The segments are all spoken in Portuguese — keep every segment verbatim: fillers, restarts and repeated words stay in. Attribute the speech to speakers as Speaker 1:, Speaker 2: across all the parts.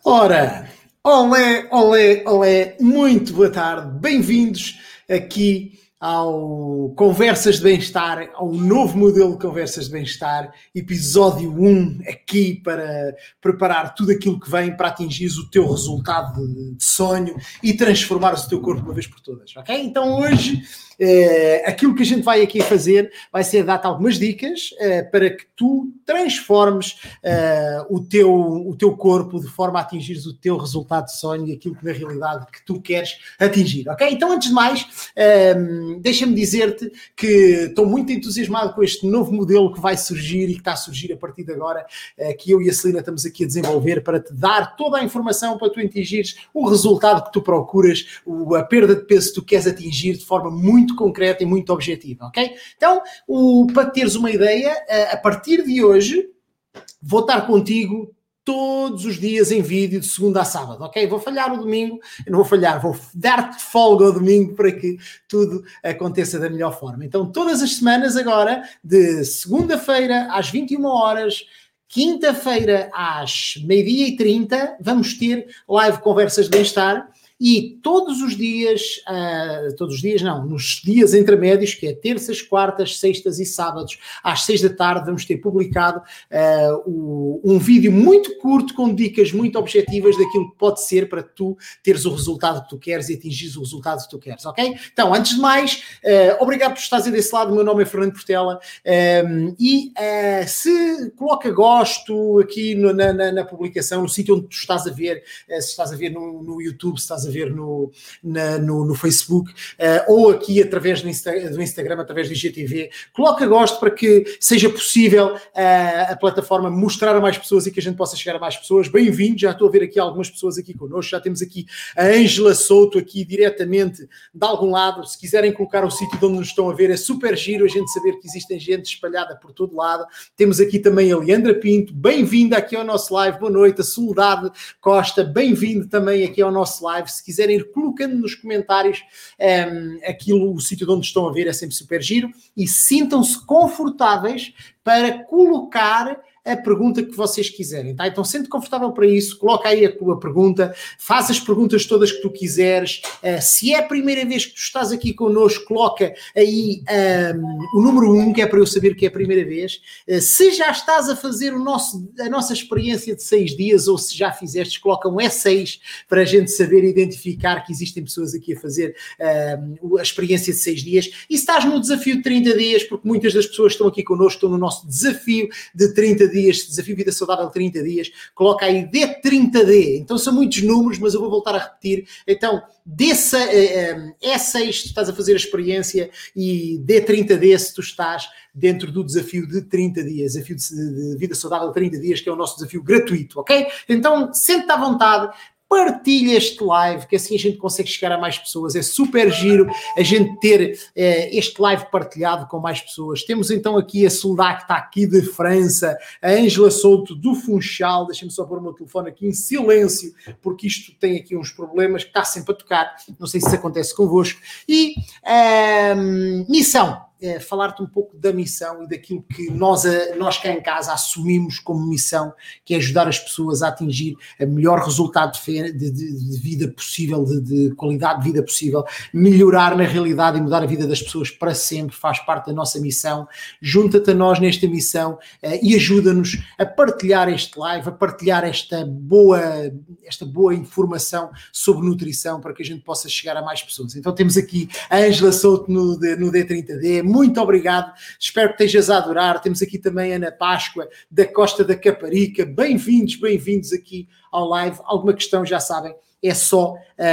Speaker 1: Ora, olé, olé, olé, muito boa tarde, bem-vindos aqui ao Conversas de Bem-Estar, ao novo modelo de Conversas de Bem-Estar, episódio um, aqui para preparar tudo aquilo que vem para atingir o teu resultado de, de sonho e transformares o teu corpo de uma vez por todas, ok? Então hoje, eh, aquilo que a gente vai aqui fazer vai ser dar-te algumas dicas eh, para que tu transformes eh, o, teu, o teu corpo de forma a atingires o teu resultado de sonho e aquilo que na realidade que tu queres atingir, ok? Então antes de mais, eh, deixa-me dizer-te que estou muito entusiasmado com este novo modelo que vai surgir e que está a surgir a partir de agora, que eu e a Celina estamos aqui a desenvolver para te dar toda a informação para tu atingires o resultado que tu procuras, a perda de peso que tu queres atingir de forma muito concreta e muito objetiva, ok? Então, o, para teres uma ideia, a partir de hoje vou estar contigo todos os dias em vídeo, de segunda a sábado, ok? Vou falhar o domingo, eu não vou falhar, vou dar-te folga ao domingo para que tudo aconteça da melhor forma. Então, todas as semanas agora, de segunda-feira às vinte e uma horas, quinta-feira às meio-dia e trinta, vamos ter live Conversas de Bem-Estar. E todos os dias, uh, todos os dias não, nos dias intermédios, que é terças, quartas, sextas e sábados, às seis da tarde, vamos ter publicado uh, o, um vídeo muito curto com dicas muito objetivas daquilo que pode ser para tu teres o resultado que tu queres e atingires o resultado que tu queres, ok? Então, antes de mais, uh, obrigado por estares aí desse lado, o meu nome é Fernando Portela, um, e uh, se coloca gosto aqui no, na, na, na publicação, no sítio onde tu estás a ver, uh, se estás a ver no, no YouTube, se estás a ver no, na, no, no Facebook, uh, ou aqui através do, Insta, do Instagram, através do I G T V, coloca gosto para que seja possível uh, a plataforma mostrar a mais pessoas e que a gente possa chegar a mais pessoas. Bem-vindo, já estou a ver aqui algumas pessoas aqui connosco, já temos aqui a Ângela Souto aqui diretamente de algum lado. Se quiserem colocar o sítio de onde nos estão a ver, é super giro a gente saber que existem gente espalhada por todo lado. Temos aqui também a Leandra Pinto, bem-vinda aqui ao nosso live, boa noite. A Soledade Costa, bem-vindo também aqui ao nosso live. Se quiserem ir colocando nos comentários um, aquilo, o sítio de onde estão a ver, é sempre super giro, e sintam-se confortáveis para colocar a pergunta que vocês quiserem, tá? Então, sente confortável para isso, coloca aí a tua pergunta, faz as perguntas todas que tu quiseres. Uh, se é a primeira vez que tu estás aqui connosco, coloca aí um, o número um, que é para eu saber que é a primeira vez. Uh, se já estás a fazer o nosso, a nossa experiência de seis dias, ou se já fizeste, coloca um E seis para a gente saber identificar que existem pessoas aqui a fazer uh, a experiência de seis dias. E se estás no desafio de trinta dias, porque muitas das pessoas que estão aqui connosco estão no nosso desafio de trinta dias, desafio Vida Saudável trinta dias, coloca aí D trinta D. Então são muitos números, mas eu vou voltar a repetir. Então, D seis, tu estás a fazer a experiência, e D trinta D se tu estás dentro do desafio de trinta dias, desafio de Vida Saudável trinta dias, que é o nosso desafio gratuito, ok? Então, sente-te à vontade, partilha este live, que assim a gente consegue chegar a mais pessoas. É super giro a gente ter eh, este live partilhado com mais pessoas. Temos então aqui a Soledad, que está aqui de França, a Ângela Souto do Funchal. Deixem-me só pôr o meu telefone aqui em silêncio, porque isto tem aqui uns problemas que está sempre a tocar. Não sei se isso acontece convosco. E um, missão. É, falar-te um pouco da missão e daquilo que nós, nós cá em casa assumimos como missão, que é ajudar as pessoas a atingir o melhor resultado de, de, de vida possível, de, de qualidade de vida possível, melhorar na realidade e mudar a vida das pessoas para sempre, faz parte da nossa missão. Junta-te a nós nesta missão uh, e ajuda-nos a partilhar este live, a partilhar esta boa, esta boa informação sobre nutrição para que a gente possa chegar a mais pessoas. Então temos aqui a Ângela Souto no, no D trinta D. Muito obrigado, espero que estejas a adorar. Temos aqui também a Ana Páscoa, da Costa da Caparica. Bem-vindos, bem-vindos aqui ao live. Alguma questão, já sabem, é só,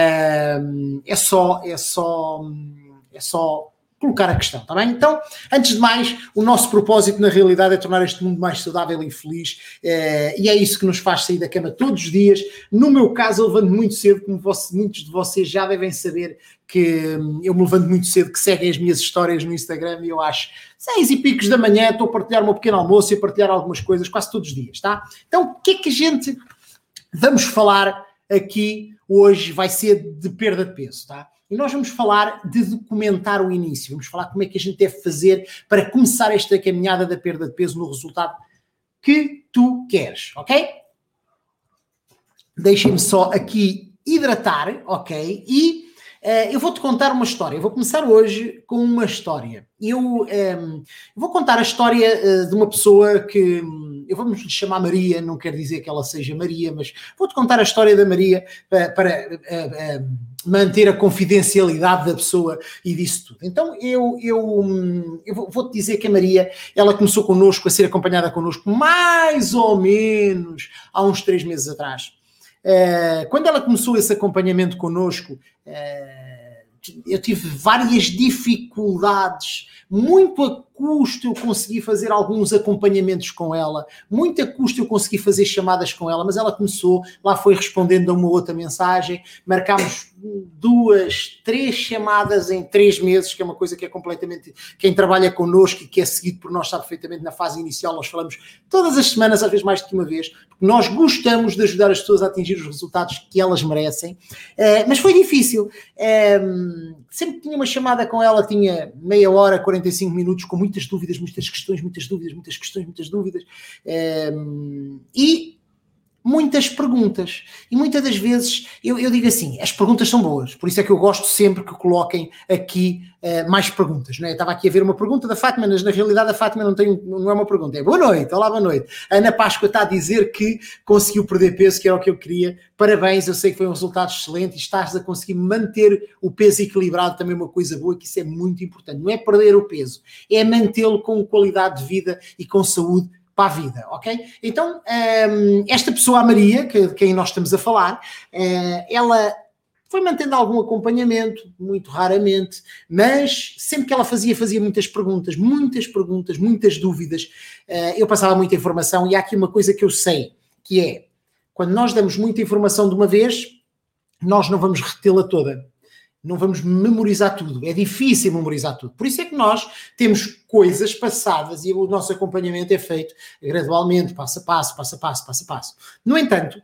Speaker 1: uh, é só, é só, é só colocar a questão, está bem? Então, antes de mais, o nosso propósito na realidade é tornar este mundo mais saudável e feliz, uh, e é isso que nos faz sair da cama todos os dias. No meu caso, eu levanto muito cedo, como você, muitos de vocês já devem saber que eu me levanto muito cedo, que seguem as minhas histórias no Instagram, e eu acho seis e picos da manhã, estou a partilhar o meu pequeno almoço e a partilhar algumas coisas quase todos os dias, tá? Então, o que é que a gente vamos falar aqui hoje? Vai ser de perda de peso, tá? E nós vamos falar de documentar o início, vamos falar como é que a gente deve fazer para começar esta caminhada da perda de peso no resultado que tu queres, ok? deixem-me só aqui hidratar, ok? E uh, eu vou-te contar uma história. Eu vou começar hoje com uma história. Eu um, vou contar a história uh, de uma pessoa que, um, eu vamos lhe chamar Maria, não quer dizer que ela seja Maria, mas vou-te contar a história da Maria uh, para uh, uh, manter a confidencialidade da pessoa e disso tudo. Então, eu, eu, um, eu vou-te dizer que a Maria, ela começou connosco, a ser acompanhada connosco mais ou menos há uns três meses atrás. Uh, quando ela começou esse acompanhamento connosco, uh, eu tive várias dificuldades, muito a custo eu consegui fazer alguns acompanhamentos com ela, muito a custo eu consegui fazer chamadas com ela, mas ela começou, lá foi respondendo a uma outra mensagem, marcámos duas, três chamadas em três meses, que é uma coisa que é completamente, quem trabalha connosco e que é seguido por nós sabe perfeitamente, na fase inicial nós falamos todas as semanas, às vezes mais do que uma vez, porque nós gostamos de ajudar as pessoas a atingir os resultados que elas merecem, uh, mas foi difícil, uh, sempre que tinha uma chamada com ela, tinha meia hora, quarenta e cinco minutos, com muitas dúvidas, muitas questões, muitas dúvidas, muitas questões, muitas dúvidas, uh, e muitas perguntas. E muitas das vezes, eu, eu digo assim, as perguntas são boas, por isso é que eu gosto sempre que coloquem aqui uh, mais perguntas. Não é? Eu estava aqui a ver uma pergunta da Fátima, mas na realidade a Fátima não, tem, não é uma pergunta, é boa noite, olá, boa noite. A Ana Páscoa está a dizer que conseguiu perder peso, que era o que eu queria. Parabéns, eu sei que foi um resultado excelente e estás a conseguir manter o peso equilibrado, também uma coisa boa, que isso é muito importante. Não é perder o peso, é mantê-lo com qualidade de vida e com saúde para a vida, ok? Então, um, esta pessoa, a Maria, que, de quem nós estamos a falar, uh, ela foi mantendo algum acompanhamento, muito raramente, mas sempre que ela fazia, fazia muitas perguntas, muitas perguntas, muitas dúvidas, uh, eu passava muita informação, e há aqui uma coisa que eu sei, que é, quando nós damos muita informação de uma vez, nós não vamos retê-la toda. Não vamos memorizar tudo, é difícil memorizar tudo. Por isso é que nós temos coisas passadas e o nosso acompanhamento é feito gradualmente, passo a passo, passo a passo, passo a passo. No entanto,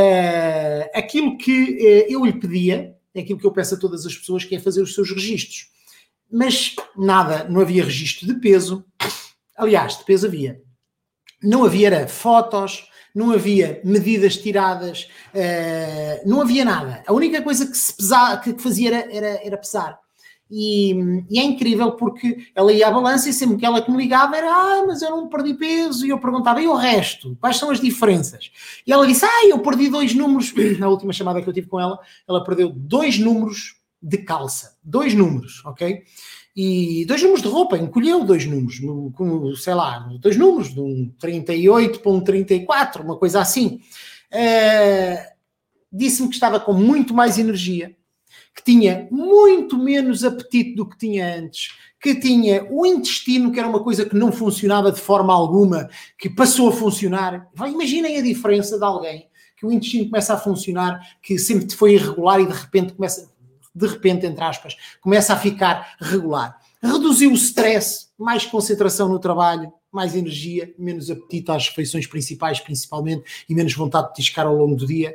Speaker 1: uh, aquilo que uh, eu lhe pedia, é aquilo que eu peço a todas as pessoas, que é fazer os seus registros. Mas nada, não havia registro de peso. Aliás, de peso havia. Não havia era, fotos, não havia medidas tiradas, uh, não havia nada. A única coisa que se pesava, que fazia era, era, era pesar. E, e é incrível porque ela ia à balança e sempre que ela que me ligava era ah, mas eu não perdi peso. E eu perguntava, e o resto? Quais são as diferenças? E ela disse, ah, eu perdi dois números. Na última chamada que eu tive com ela, ela perdeu dois números de calça. Dois números, ok? E dois números de roupa, encolheu dois números, como, sei lá, dois números, de um trinta e oito para um trinta e quatro, uma coisa assim. Uh, disse-me que estava com muito mais energia, que tinha muito menos apetite do que tinha antes, que tinha o intestino, que era uma coisa que não funcionava de forma alguma, que passou a funcionar. Imaginem a diferença de alguém que o intestino começa a funcionar, que sempre foi irregular e de repente começa... de repente, entre aspas, começa a ficar regular. Reduziu o stress, mais concentração no trabalho, mais energia, menos apetite às refeições principais, principalmente, e menos vontade de tiscar ao longo do dia.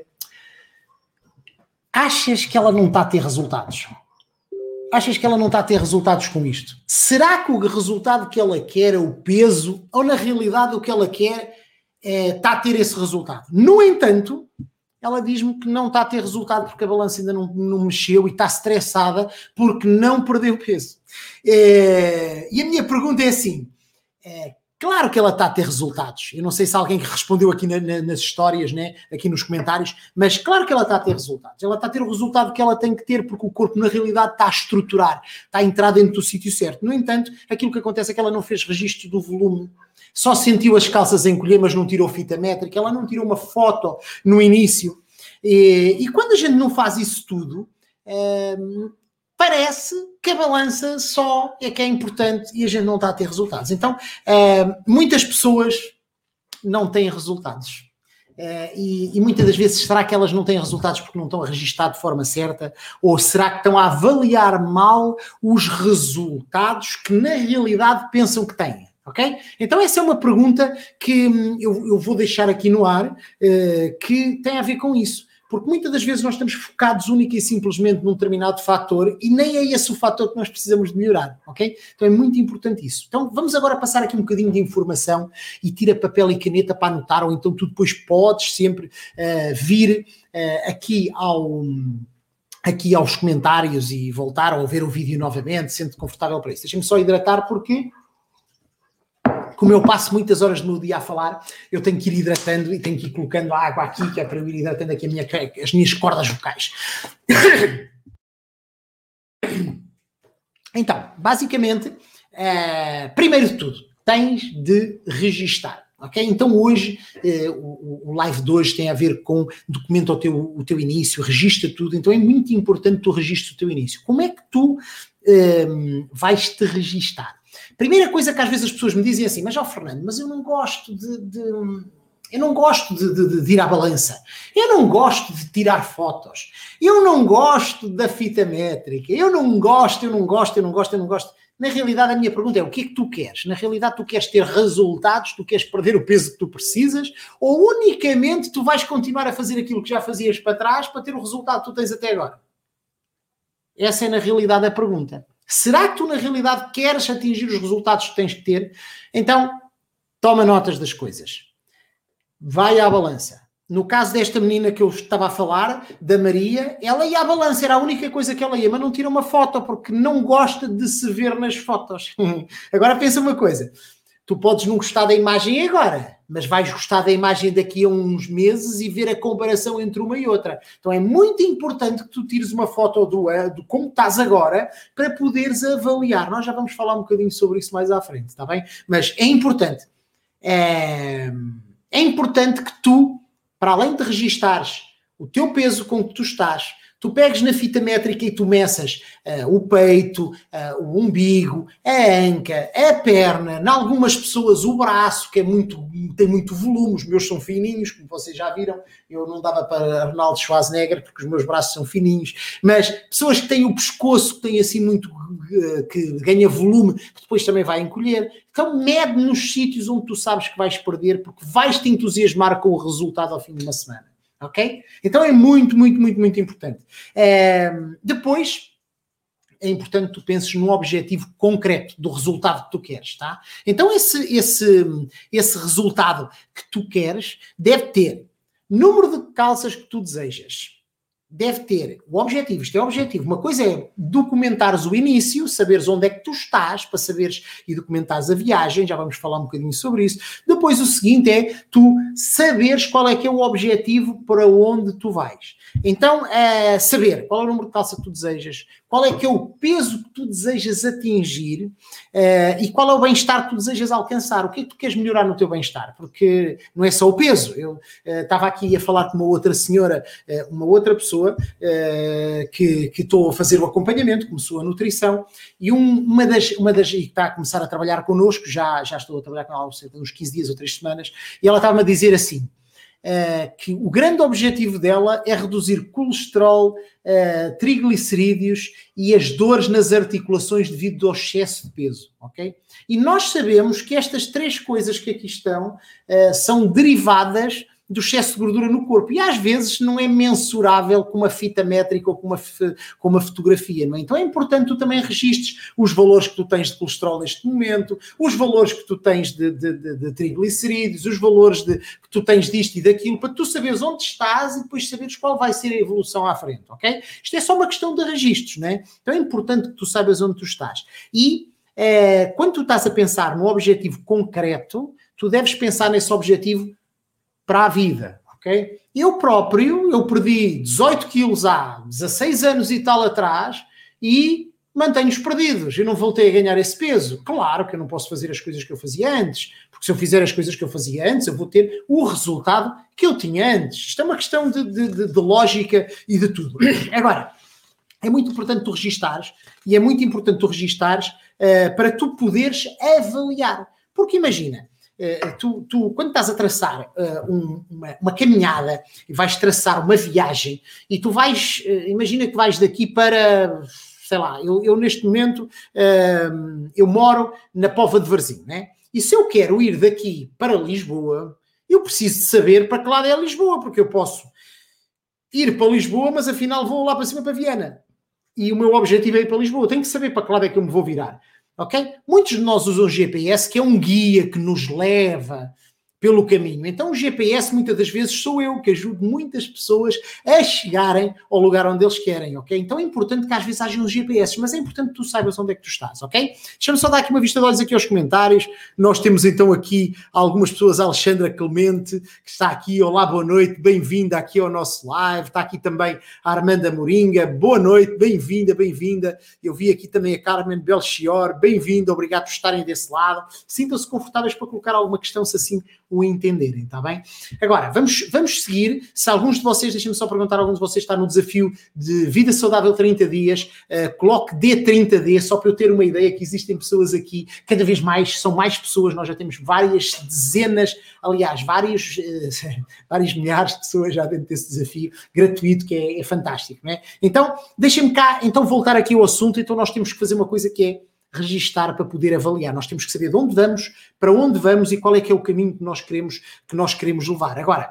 Speaker 1: Achas que ela não está a ter resultados? Achas que ela não está a ter resultados com isto? Será que o resultado que ela quer é o peso, ou na realidade o que ela quer é, está a ter esse resultado? No entanto, ela diz-me que não está a ter resultado porque a balança ainda não, não mexeu e está estressada porque não perdeu peso. É, e a minha pergunta é assim, é, claro que ela está a ter resultados. Eu não sei se alguém que respondeu aqui na, na, nas histórias, né, aqui nos comentários, mas claro que ela está a ter resultados. Ela está a ter o resultado que ela tem que ter porque o corpo na realidade está a estruturar, está a entrar dentro do sítio certo. No entanto, aquilo que acontece é que ela não fez registro do volume, só sentiu as calças encolher, mas não tirou fita métrica, ela não tirou uma foto no início. E, e quando a gente não faz isso tudo, hum, parece que a balança só é que é importante e a gente não está a ter resultados. Então, hum, muitas pessoas não têm resultados. Uh, e, e muitas das vezes, será que elas não têm resultados porque não estão a registar de forma certa? Ou será que estão a avaliar mal os resultados que na realidade pensam que têm? Ok? Então essa é uma pergunta que hum, eu, eu vou deixar aqui no ar, uh, que tem a ver com isso. Porque muitas das vezes nós estamos focados única e simplesmente num determinado fator e nem é esse o fator que nós precisamos de melhorar, ok? Então é muito importante isso. Então vamos agora passar aqui um bocadinho de informação e tira papel e caneta para anotar, ou então tu depois podes sempre uh, vir uh, aqui ao... aqui aos comentários e voltar ou ver o vídeo novamente, sente confortável para isso. Deixem-me só hidratar porque... como eu passo muitas horas no dia a falar, eu tenho que ir hidratando e tenho que ir colocando a água aqui, que é para eu ir hidratando aqui a minha, as minhas cordas vocais. Então, basicamente, é, primeiro de tudo, tens de registar, ok? Então hoje, é, o, o live de hoje tem a ver com documenta o teu, o teu início, registra tudo, então é muito importante que tu registres o teu início. Como é que tu é, vais te registar? Primeira coisa que às vezes as pessoas me dizem assim, mas ó Fernando, mas eu não gosto de, de eu não gosto de, de, de ir à balança, eu não gosto de tirar fotos, eu não gosto da fita métrica, eu não gosto, eu não gosto, eu não gosto, eu não gosto. Na realidade a minha pergunta é, o que é que tu queres? Na realidade tu queres ter resultados, tu queres perder o peso que tu precisas, ou unicamente tu vais continuar a fazer aquilo que já fazias para trás para ter o resultado que tu tens até agora? Essa é na realidade a pergunta. Será que tu, na realidade, queres atingir os resultados que tens que ter? Então, toma notas das coisas. Vai à balança. No caso desta menina que eu estava a falar, da Maria, ela ia à balança, era a única coisa que ela ia, mas não tira uma foto, porque não gosta de se ver nas fotos. Agora pensa uma coisa. Tu podes não gostar da imagem agora, mas vais gostar da imagem daqui a uns meses e ver a comparação entre uma e outra. Então é muito importante que tu tires uma foto do, do como estás agora para poderes avaliar. Nós já vamos falar um bocadinho sobre isso mais à frente, está bem? Mas é importante. É, é importante que tu, para além de registares o teu peso com que tu estás, tu pegues na fita métrica e tu meças uh, o peito, uh, o umbigo, a anca, a perna, em algumas pessoas o braço, que é muito, tem muito volume, os meus são fininhos, como vocês já viram, eu não dava para Arnold Schwarzenegger porque os meus braços são fininhos, mas pessoas que têm o pescoço, que têm assim muito, uh, que ganha volume, que depois também vai encolher. Então mede nos sítios onde tu sabes que vais perder, porque vais te entusiasmar com o resultado ao fim de uma semana. Ok? Então é muito, muito, muito, muito importante. É, depois, é importante que tu penses num objetivo concreto do resultado que tu queres, tá? Então esse, esse, esse resultado que tu queres deve ter número de calças que tu desejas. Deve ter o objetivo, isto é o objetivo. Uma coisa é documentares o início, saberes onde é que tu estás, para saberes e documentares a viagem, já vamos falar um bocadinho sobre isso. Depois o seguinte é tu saberes qual é que é o objetivo para onde tu vais. Então, é saber qual é o número de calça que tu desejas, qual é que é o peso que tu desejas atingir uh, e qual é o bem-estar que tu desejas alcançar. O que é que tu queres melhorar no teu bem-estar? Porque não é só o peso. Eu uh, estava aqui a falar com uma outra senhora, uh, uma outra pessoa, Uh, que, que estou a fazer o acompanhamento, começou a nutrição, e um, uma das, uma das, e que está a começar a trabalhar connosco, já, já estou a trabalhar com ela há uns quinze dias ou três semanas, e ela estava-me a dizer assim, uh, que o grande objetivo dela é reduzir colesterol, uh, triglicerídeos e as dores nas articulações devido ao excesso de peso, ok? E nós sabemos que estas três coisas que aqui estão uh, são derivadas do excesso de gordura no corpo. E às vezes não é mensurável com uma fita métrica ou com uma, com uma fotografia, não é? Então é importante que tu também registres os valores que tu tens de colesterol neste momento, os valores que tu tens de, de, de, de triglicerídeos, os valores de, que tu tens disto e daquilo, para tu saberes onde estás e depois saberes qual vai ser a evolução à frente, ok? Isto é só uma questão de registros, não é? Então é importante que tu saibas onde tu estás. E é, quando tu estás a pensar no objetivo concreto, tu deves pensar nesse objetivo para a vida, ok? Eu próprio, eu perdi dezoito quilos há dezasseis anos e tal atrás e mantenho-os perdidos. Eu não voltei a ganhar esse peso. Claro que eu não posso fazer as coisas que eu fazia antes, porque se eu fizer as coisas que eu fazia antes, eu vou ter o resultado que eu tinha antes. Isto é uma questão de, de, de, de lógica e de tudo. Agora, é muito importante tu registares, e é muito importante tu registares uh, para tu poderes avaliar. Porque imagina, Uh, tu, tu, quando estás a traçar uh, um, uma, uma caminhada e vais traçar uma viagem e tu vais, uh, imagina que vais daqui para, sei lá, eu, eu neste momento uh, eu moro na Póvoa de Varzim, né? E se eu quero ir daqui para Lisboa, eu preciso de saber para que lado é Lisboa, porque eu posso ir para Lisboa, mas afinal vou lá para cima para Viana. E o meu objetivo é ir para Lisboa. Tenho que saber para que lado é que eu me vou virar. Ok? Muitos de nós usam G P S, que é um guia que nos leva pelo caminho. Então o G P S muitas das vezes sou eu que ajudo muitas pessoas a chegarem ao lugar onde eles querem, ok? Então é importante que às vezes hajam os G P S, mas é importante que tu saibas onde é que tu estás, ok? Deixa-me só dar aqui uma vista de olhos aqui aos comentários. Nós temos então aqui algumas pessoas, a Alexandra Clemente, que está aqui, olá, boa noite, bem-vinda aqui ao nosso live, está aqui também a Armanda Moringa, boa noite, bem-vinda, bem-vinda. Eu vi aqui também a Carmen Belchior, bem-vinda, obrigado por estarem desse lado. Sintam-se confortáveis para colocar alguma questão, se assim o entenderem, está bem? Agora, vamos, vamos seguir. Se alguns de vocês, deixem-me só perguntar, alguns de vocês está no desafio de Vida Saudável trinta dias, uh, coloque D trinta D, só para eu ter uma ideia que existem pessoas aqui, cada vez mais, são mais pessoas, nós já temos várias dezenas, aliás, vários, uh, vários milhares de pessoas já dentro desse desafio gratuito, que é, é fantástico, não é? Então, deixem-me cá, então, voltar aqui ao assunto. Então nós temos que fazer uma coisa que é registar para poder avaliar. Nós temos que saber de onde vamos, para onde vamos e qual é que é o caminho que nós queremos, que nós queremos levar. Agora,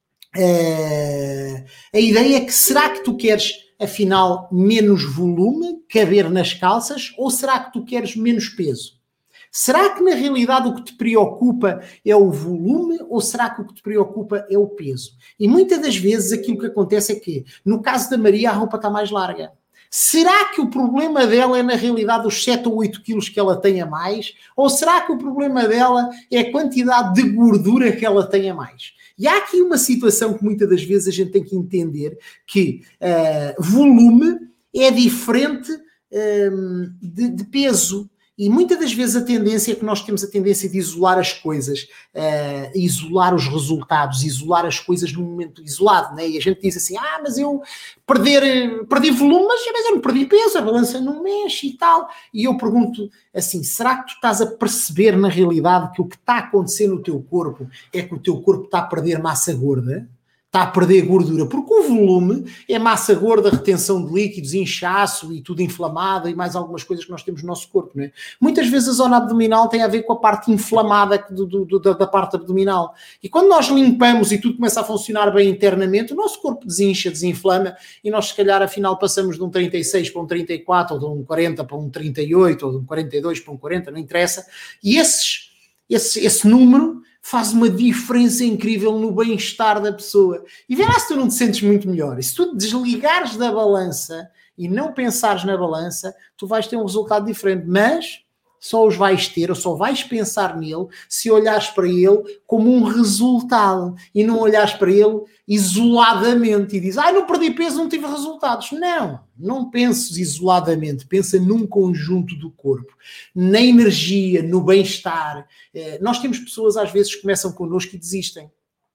Speaker 1: uh, a ideia é que será que tu queres, afinal, menos volume, caber nas calças, ou será que tu queres menos peso? Será que, na realidade, o que te preocupa é o volume ou será que o que te preocupa é o peso? E muitas das vezes aquilo que acontece é que, no caso da Maria, a roupa está mais larga. Será que o problema dela é, na realidade, os sete ou oito quilos que ela tem a mais? Ou será que o problema dela é a quantidade de gordura que ela tem a mais? E há aqui uma situação que muitas das vezes a gente tem que entender, que uh, volume é diferente um, de, de peso. E muitas das vezes a tendência é que nós temos a tendência de isolar as coisas, uh, isolar os resultados, isolar as coisas num momento isolado, né? E a gente diz assim, ah, mas eu perder, perdi volume, mas eu não perdi peso, a balança não mexe e tal. E eu pergunto assim, será que tu estás a perceber na realidade que o que está a acontecer no teu corpo é que o teu corpo está a perder massa gorda? Está a perder gordura, porque o volume é massa gorda, retenção de líquidos, inchaço e tudo inflamado e mais algumas coisas que nós temos no nosso corpo, não é? Muitas vezes a zona abdominal tem a ver com a parte inflamada do, do, do, da, da parte abdominal. E quando nós limpamos e tudo começa a funcionar bem internamente, o nosso corpo desincha, desinflama e nós se calhar afinal passamos de um trinta e seis para um trinta e quatro, ou de um quarenta para um trinta e oito, ou de um quarenta e dois para um quarenta, não interessa. E esses, esse, esse número faz uma diferença incrível no bem-estar da pessoa. E verás se tu não te sentes muito melhor. E se tu desligares da balança e não pensares na balança, tu vais ter um resultado diferente. Mas só os vais ter, ou só vais pensar nele, se olhares para ele como um resultado e não olhares para ele isoladamente e dizes, ah, não perdi peso, não tive resultados. Não, não penses isoladamente, pensa num conjunto do corpo, na energia, no bem-estar. Nós temos pessoas às vezes que começam connosco e desistem.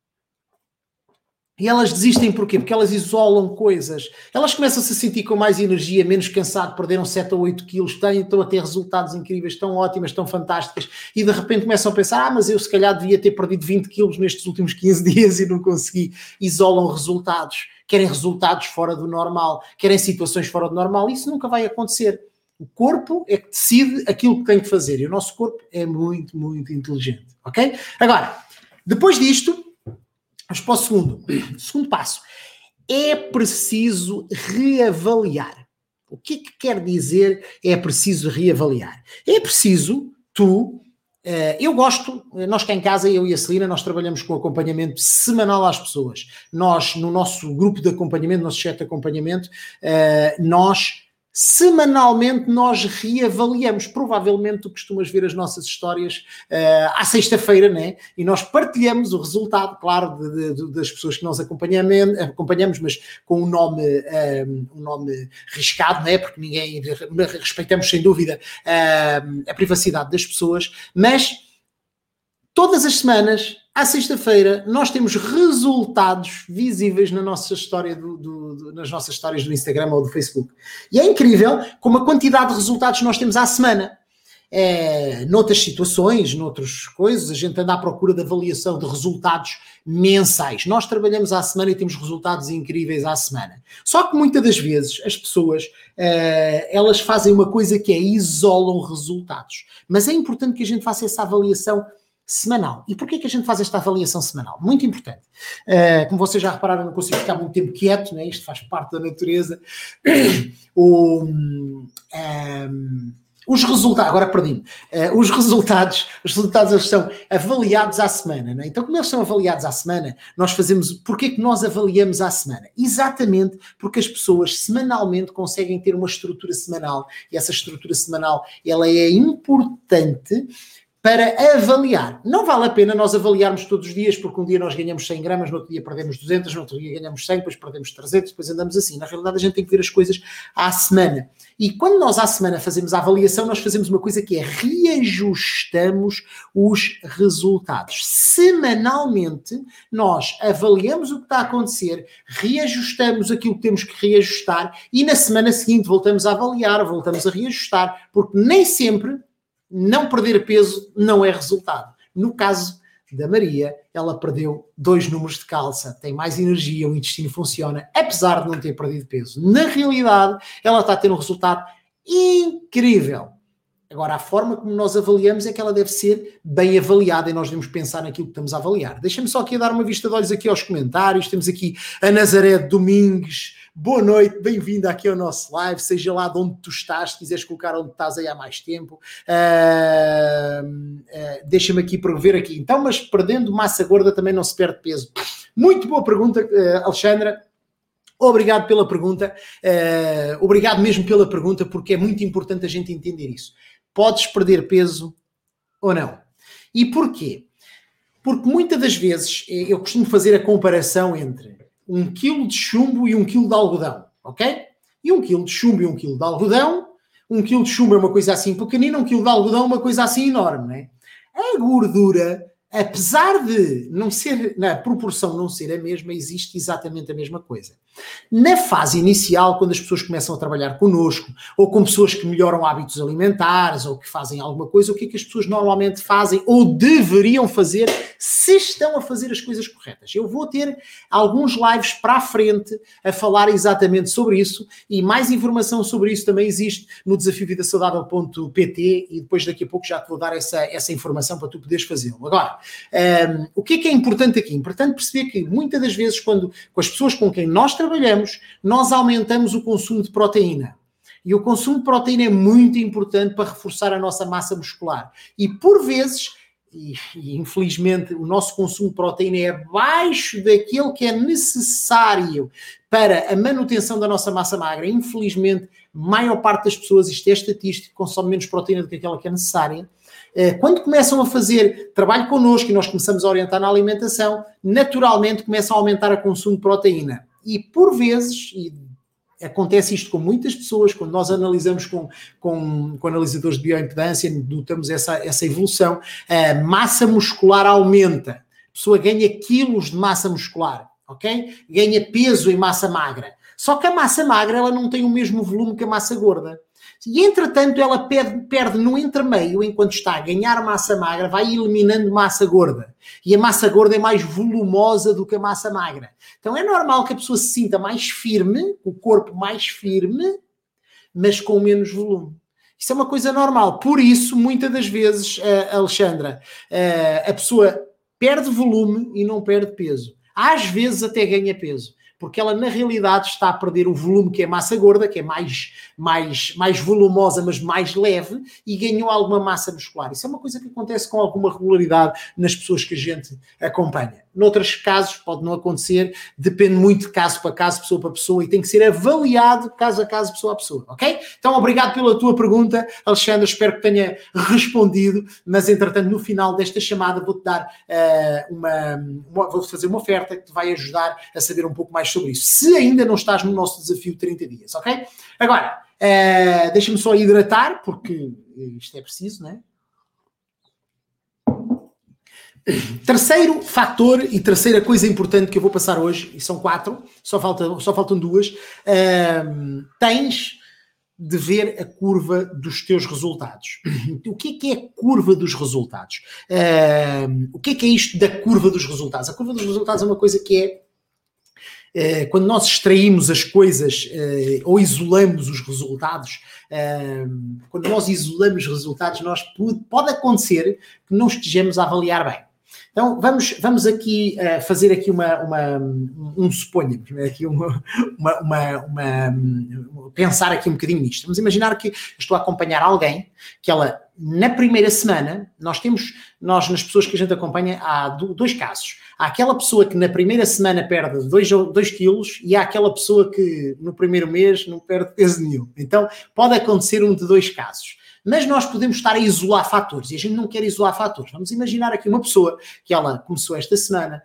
Speaker 1: E elas desistem porquê? Porque elas isolam coisas. Elas começam a se sentir com mais energia, menos cansado, perderam sete ou oito quilos, têm, estão a ter resultados incríveis, tão ótimas, tão fantásticas, e de repente começam a pensar, ah, mas eu se calhar devia ter perdido vinte quilos nestes últimos quinze dias e não consegui. Isolam resultados. Querem resultados fora do normal. Querem situações fora do normal. Isso nunca vai acontecer. O corpo é que decide aquilo que tem que fazer. E o nosso corpo é muito, muito inteligente. Ok? Agora, depois disto, vamos para o segundo. Segundo passo. É preciso reavaliar. O que é que quer dizer é preciso reavaliar? É preciso tu... Uh, eu gosto, nós cá em casa, eu e a Celina, nós trabalhamos com acompanhamento semanal às pessoas. Nós, no nosso grupo de acompanhamento, no nosso chat de acompanhamento, uh, nós... semanalmente nós reavaliamos. Provavelmente tu costumas ver as nossas histórias uh, à sexta-feira, né? E nós partilhamos o resultado, claro, de, de, das pessoas que nós acompanhamos, acompanhamos mas com um nome, um, um nome riscado, né? Porque ninguém, respeitamos sem dúvida uh, a privacidade das pessoas, mas todas as semanas, à sexta-feira, nós temos resultados visíveis na nossa história do, do, do, nas nossas histórias do Instagram ou do Facebook. E é incrível como a quantidade de resultados nós temos à semana. É, noutras situações, noutras coisas, a gente anda à procura de avaliação de resultados mensais. Nós trabalhamos à semana e temos resultados incríveis à semana. Só que muitas das vezes as pessoas, é, elas fazem uma coisa que é isolam resultados. Mas é importante que a gente faça essa avaliação semanal. E porquê que a gente faz esta avaliação semanal? Muito importante. Uh, como vocês já repararam, não consigo ficar muito tempo quieto, né? Isto faz parte da natureza. o, um, os resultados, agora perdi-me, uh, os resultados, os resultados eles são avaliados à semana, não é? Então, como eles são avaliados à semana, nós fazemos, porquê que nós avaliamos à semana? Exatamente porque as pessoas semanalmente conseguem ter uma estrutura semanal, e essa estrutura semanal, ela é importante para avaliar. Não vale a pena nós avaliarmos todos os dias, porque um dia nós ganhamos cem gramas, no outro dia perdemos duzentos, no outro dia ganhamos cem, depois perdemos trezentos, depois andamos assim. Na realidade, a gente tem que ver as coisas à semana. E quando nós à semana fazemos a avaliação, nós fazemos uma coisa que é reajustamos os resultados. Semanalmente, nós avaliamos o que está a acontecer, reajustamos aquilo que temos que reajustar e na semana seguinte voltamos a avaliar, voltamos a reajustar, porque nem sempre não perder peso não é resultado. No caso da Maria, ela perdeu dois números de calça, tem mais energia, o intestino funciona, apesar de não ter perdido peso. Na realidade, ela está a ter um resultado incrível. Agora, a forma como nós avaliamos é que ela deve ser bem avaliada e nós devemos pensar naquilo que estamos a avaliar. Deixa-me só aqui dar uma vista de olhos aqui aos comentários. Temos aqui a Nazaré Domingues. Boa noite, bem-vinda aqui ao nosso live, seja lá de onde tu estás, se quiseres colocar onde estás aí há mais tempo. Uh, uh, Deixa-me aqui para ver aqui. Então, mas perdendo massa gorda também não se perde peso. Muito boa pergunta, uh, Alexandra. Obrigado pela pergunta. Uh, obrigado mesmo pela pergunta, porque é muito importante a gente entender isso. Podes perder peso ou não? E porquê? Porque muitas das vezes eu costumo fazer a comparação entre um quilo de chumbo e um quilo de algodão, ok? E um quilo de chumbo e um quilo de algodão, um quilo de chumbo é uma coisa assim pequenina, um quilo de algodão é uma coisa assim enorme, não é? A gordura, apesar de não ser, na proporção não ser a mesma, existe exatamente a mesma coisa. Na fase inicial, quando as pessoas começam a trabalhar connosco, ou com pessoas que melhoram hábitos alimentares, ou que fazem alguma coisa, o que é que as pessoas normalmente fazem, ou deveriam fazer, se estão a fazer as coisas corretas? Eu vou ter alguns lives para a frente a falar exatamente sobre isso, e mais informação sobre isso também existe no desafio vida saudável ponto pt, e depois daqui a pouco já te vou dar essa, essa informação para tu poderes fazê-lo. Agora, um, o que é que é importante aqui? É importante perceber que muitas das vezes, quando com as pessoas com quem nós trabalhamos, nós aumentamos o consumo de proteína. E o consumo de proteína é muito importante para reforçar a nossa massa muscular. E por vezes, e, e infelizmente, o nosso consumo de proteína é abaixo daquele que é necessário para a manutenção da nossa massa magra. Infelizmente, a maior parte das pessoas, isto é estatístico, consome menos proteína do que aquela que é necessária. Quando começam a fazer trabalho connosco e nós começamos a orientar na alimentação, naturalmente começam a aumentar o consumo de proteína. E por vezes, e acontece isto com muitas pessoas, quando nós analisamos com, com, com analisadores de bioimpedância, notamos essa, essa evolução, a massa muscular aumenta, a pessoa ganha quilos de massa muscular, ok? Ganha peso em massa magra. Só que a massa magra ela não tem o mesmo volume que a massa gorda. E, entretanto, ela perde, perde no entremeio, enquanto está a ganhar massa magra, vai eliminando massa gorda. E a massa gorda é mais volumosa do que a massa magra. Então é normal que a pessoa se sinta mais firme, o corpo mais firme, mas com menos volume. Isso é uma coisa normal. Por isso, muitas das vezes, uh, Alexandra, uh, a pessoa perde volume e não perde peso. Às vezes até ganha peso. Porque ela, na realidade, está a perder o volume que é massa gorda, que é mais, mais, mais volumosa, mas mais leve, e ganhou alguma massa muscular. Isso é uma coisa que acontece com alguma regularidade nas pessoas que a gente acompanha. Noutros casos, pode não acontecer, depende muito de caso para caso, pessoa para pessoa, e tem que ser avaliado caso a caso, pessoa a pessoa, ok? Então, obrigado pela tua pergunta, Alexandre, espero que tenha respondido, mas, entretanto, no final desta chamada, vou-te dar uh, uma, uma... vou-te fazer uma oferta que te vai ajudar a saber um pouco mais sobre isso, se ainda não estás no nosso desafio trinta dias, ok? Agora, uh, deixa-me só hidratar, porque isto é preciso, não é? Terceiro fator e terceira coisa importante que eu vou passar hoje, e são quatro, só, falta, só faltam duas, uh, tens de ver a curva dos teus resultados. O que é que é a curva dos resultados? Uh, o que é que é isto da curva dos resultados? A curva dos resultados é uma coisa que é quando nós extraímos as coisas ou isolamos os resultados, quando nós isolamos os resultados, nós, pode acontecer que não estejamos a avaliar bem. Então, vamos, vamos aqui uh, fazer aqui uma, uma, um suponho, aqui uma, uma, uma, uma, pensar aqui um bocadinho nisto. Vamos imaginar que estou a acompanhar alguém que ela, na primeira semana, nós temos, nós nas pessoas que a gente acompanha, há dois casos. Há aquela pessoa que na primeira semana perde dois quilos e há aquela pessoa que no primeiro mês não perde peso nenhum. Então, pode acontecer um de dois casos. Mas nós podemos estar a isolar fatores e a gente não quer isolar fatores. Vamos imaginar aqui uma pessoa que ela começou esta semana,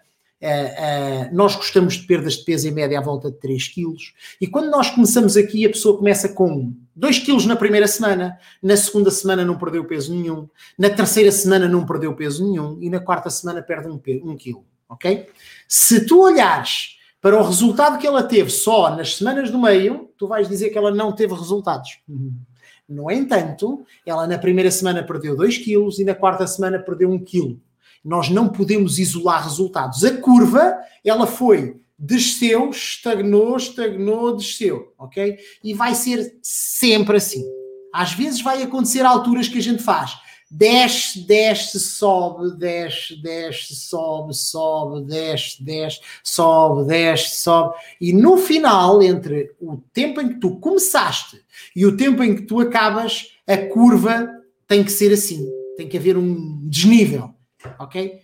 Speaker 1: uh, uh, nós gostamos de perdas de peso em média à volta de três quilos e quando nós começamos aqui a pessoa começa com dois quilos na primeira semana, na segunda semana não perdeu peso nenhum, na terceira semana não perdeu peso nenhum e na quarta semana perde um, um quilo, ok? Se tu olhares para o resultado que ela teve só nas semanas do meio, tu vais dizer que ela não teve resultados. Uhum. No entanto, ela na primeira semana perdeu dois quilos e na quarta semana perdeu um quilo. Nós não podemos isolar resultados. A curva, ela foi, desceu, estagnou, estagnou, desceu, ok? E vai ser sempre assim. Às vezes vai acontecer alturas que a gente faz. Desce, desce, sobe, desce, desce, sobe, sobe, desce, desce, sobe, desce, sobe. E no final, entre o tempo em que tu começaste e o tempo em que tu acabas, a curva tem que ser assim. Tem que haver um desnível, ok?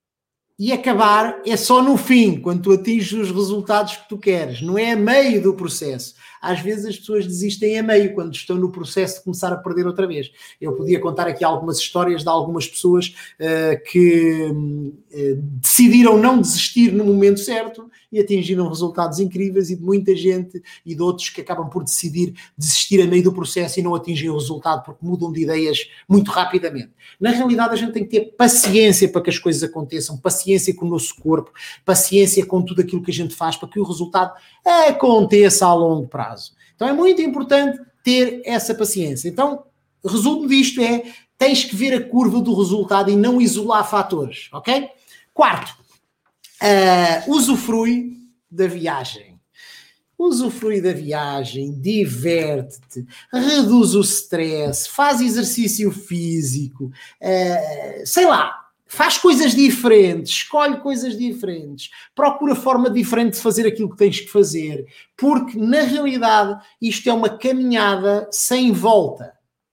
Speaker 1: E acabar é só no fim, quando tu atinges os resultados que tu queres. Não é a meio do processo. Às vezes as pessoas desistem a meio, quando estão no processo de começar a perder outra vez. Eu podia contar aqui algumas histórias de algumas pessoas uh, que uh, decidiram não desistir no momento certo e atingiram resultados incríveis, e de muita gente e de outros que acabam por decidir desistir a meio do processo e não atingem o resultado porque mudam de ideias muito rapidamente. Na realidade, a gente tem que ter paciência para que as coisas aconteçam, paciência com o nosso corpo, paciência com tudo aquilo que a gente faz para que o resultado aconteça a longo prazo. Então é muito importante ter essa paciência. Então, o resumo disto é, tens que ver a curva do resultado e não isolar fatores, ok? Quarto, uh, usufrui da viagem. Usufrui da viagem, diverte-te, reduz o stress, faz exercício físico, uh, sei lá, faz coisas diferentes, escolhe coisas diferentes, procura forma diferente de fazer aquilo que tens que fazer, porque, na realidade, isto é uma caminhada sem volta.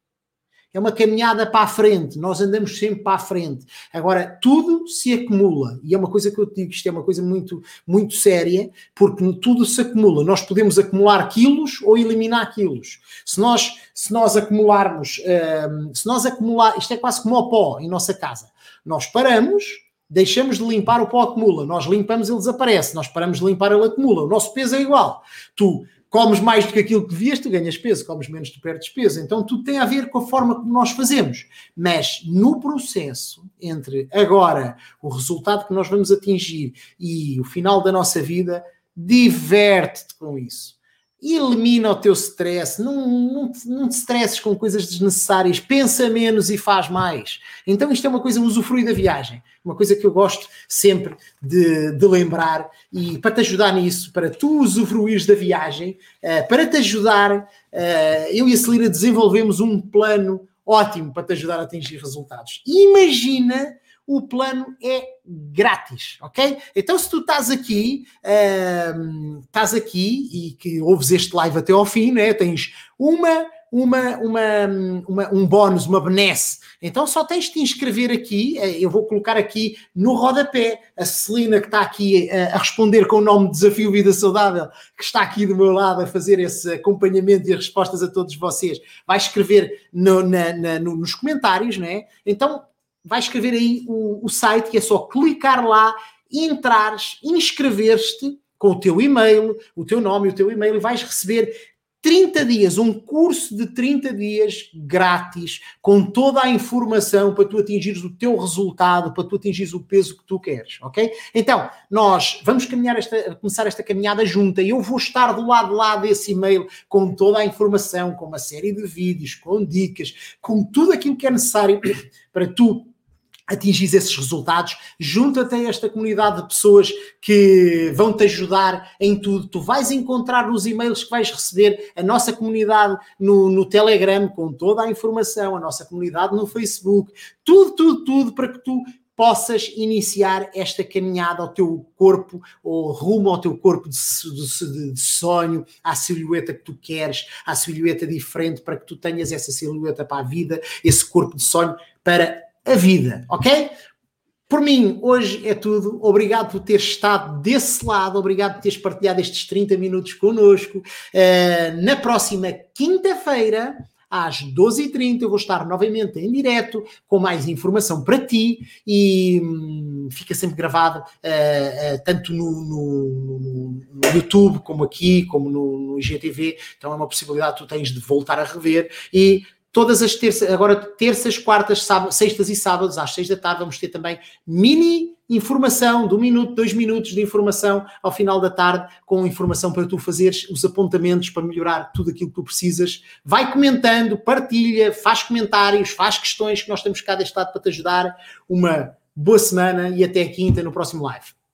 Speaker 1: É uma caminhada para a frente, nós andamos sempre para a frente. Agora, tudo se acumula, e é uma coisa que eu te digo, isto é uma coisa muito, muito séria, porque tudo se acumula. Nós podemos acumular quilos ou eliminar quilos. Se nós, se nós acumularmos, hum, se nós acumular, isto é quase como o pó em nossa casa. Nós paramos, deixamos de limpar, o pó acumula. Nós limpamos, ele desaparece. Nós paramos de limpar, ele acumula. O nosso peso é igual. Tu comes mais do que aquilo que devias, tu ganhas peso. Comes menos, tu perdes peso. Então, tudo tem a ver com a forma como nós fazemos. Mas, no processo, entre agora, o resultado que nós vamos atingir e o final da nossa vida, diverte-te com isso. Elimina o teu stress, não, não, não te stresses com coisas desnecessárias, pensa menos e faz mais. Então isto é uma coisa, usufrui da viagem, uma coisa que eu gosto sempre de, de lembrar, e para te ajudar nisso, para tu usufruires da viagem, uh, para te ajudar, uh, eu e a Celina desenvolvemos um plano ótimo para te ajudar a atingir resultados. Imagina, o plano é grátis, ok? Então, se tu estás aqui, uh, estás aqui e que ouves este live até ao fim, né? Tens uma, uma, uma, uma, um bónus, uma benesse. Então, só tens de te inscrever aqui. Eu vou colocar aqui no rodapé a Celina, que está aqui a, a responder com o nome de Desafio Vida Saudável, que está aqui do meu lado a fazer esse acompanhamento e respostas a todos vocês. Vai escrever no, na, na, no, nos comentários, né? Então, vai escrever aí o, o site, que é só clicar lá, entrares, inscrever-te com o teu e-mail, o teu nome e o teu e-mail, e vais receber trinta dias, um curso de trinta dias grátis, com toda a informação para tu atingires o teu resultado, para tu atingires o peso que tu queres, ok? Então, nós vamos caminhar esta, começar esta caminhada junta, e eu vou estar do lado lá desse e-mail com toda a informação, com uma série de vídeos, com dicas, com tudo aquilo que é necessário para tu atingires esses resultados, junta-te a esta comunidade de pessoas que vão te ajudar em tudo. Tu vais encontrar nos e-mails que vais receber a nossa comunidade no, no Telegram com toda a informação, a nossa comunidade no Facebook, tudo, tudo, tudo para que tu possas iniciar esta caminhada ao teu corpo, ou rumo ao teu corpo de, de, de sonho, à silhueta que tu queres, à silhueta diferente, para que tu tenhas essa silhueta para a vida, esse corpo de sonho para a vida, ok? Por mim, hoje é tudo. Obrigado por teres estado desse lado, obrigado por teres partilhado estes trinta minutos connosco. Uh, na próxima quinta-feira, às doze e trinta, eu vou estar novamente em direto com mais informação para ti e hum, fica sempre gravado uh, uh, tanto no, no, no YouTube como aqui, como no, no I G T V. Então é uma possibilidade que tu tens de voltar a rever. E todas as terças, agora terças, quartas, sábado, sextas e sábados, às seis da tarde, vamos ter também mini informação de um minuto, dois minutos de informação ao final da tarde, com informação para tu fazeres os apontamentos para melhorar tudo aquilo que tu precisas. Vai comentando, partilha, faz comentários, faz questões, que nós estamos cá deste lado para te ajudar. Uma boa semana e até quinta no próximo live.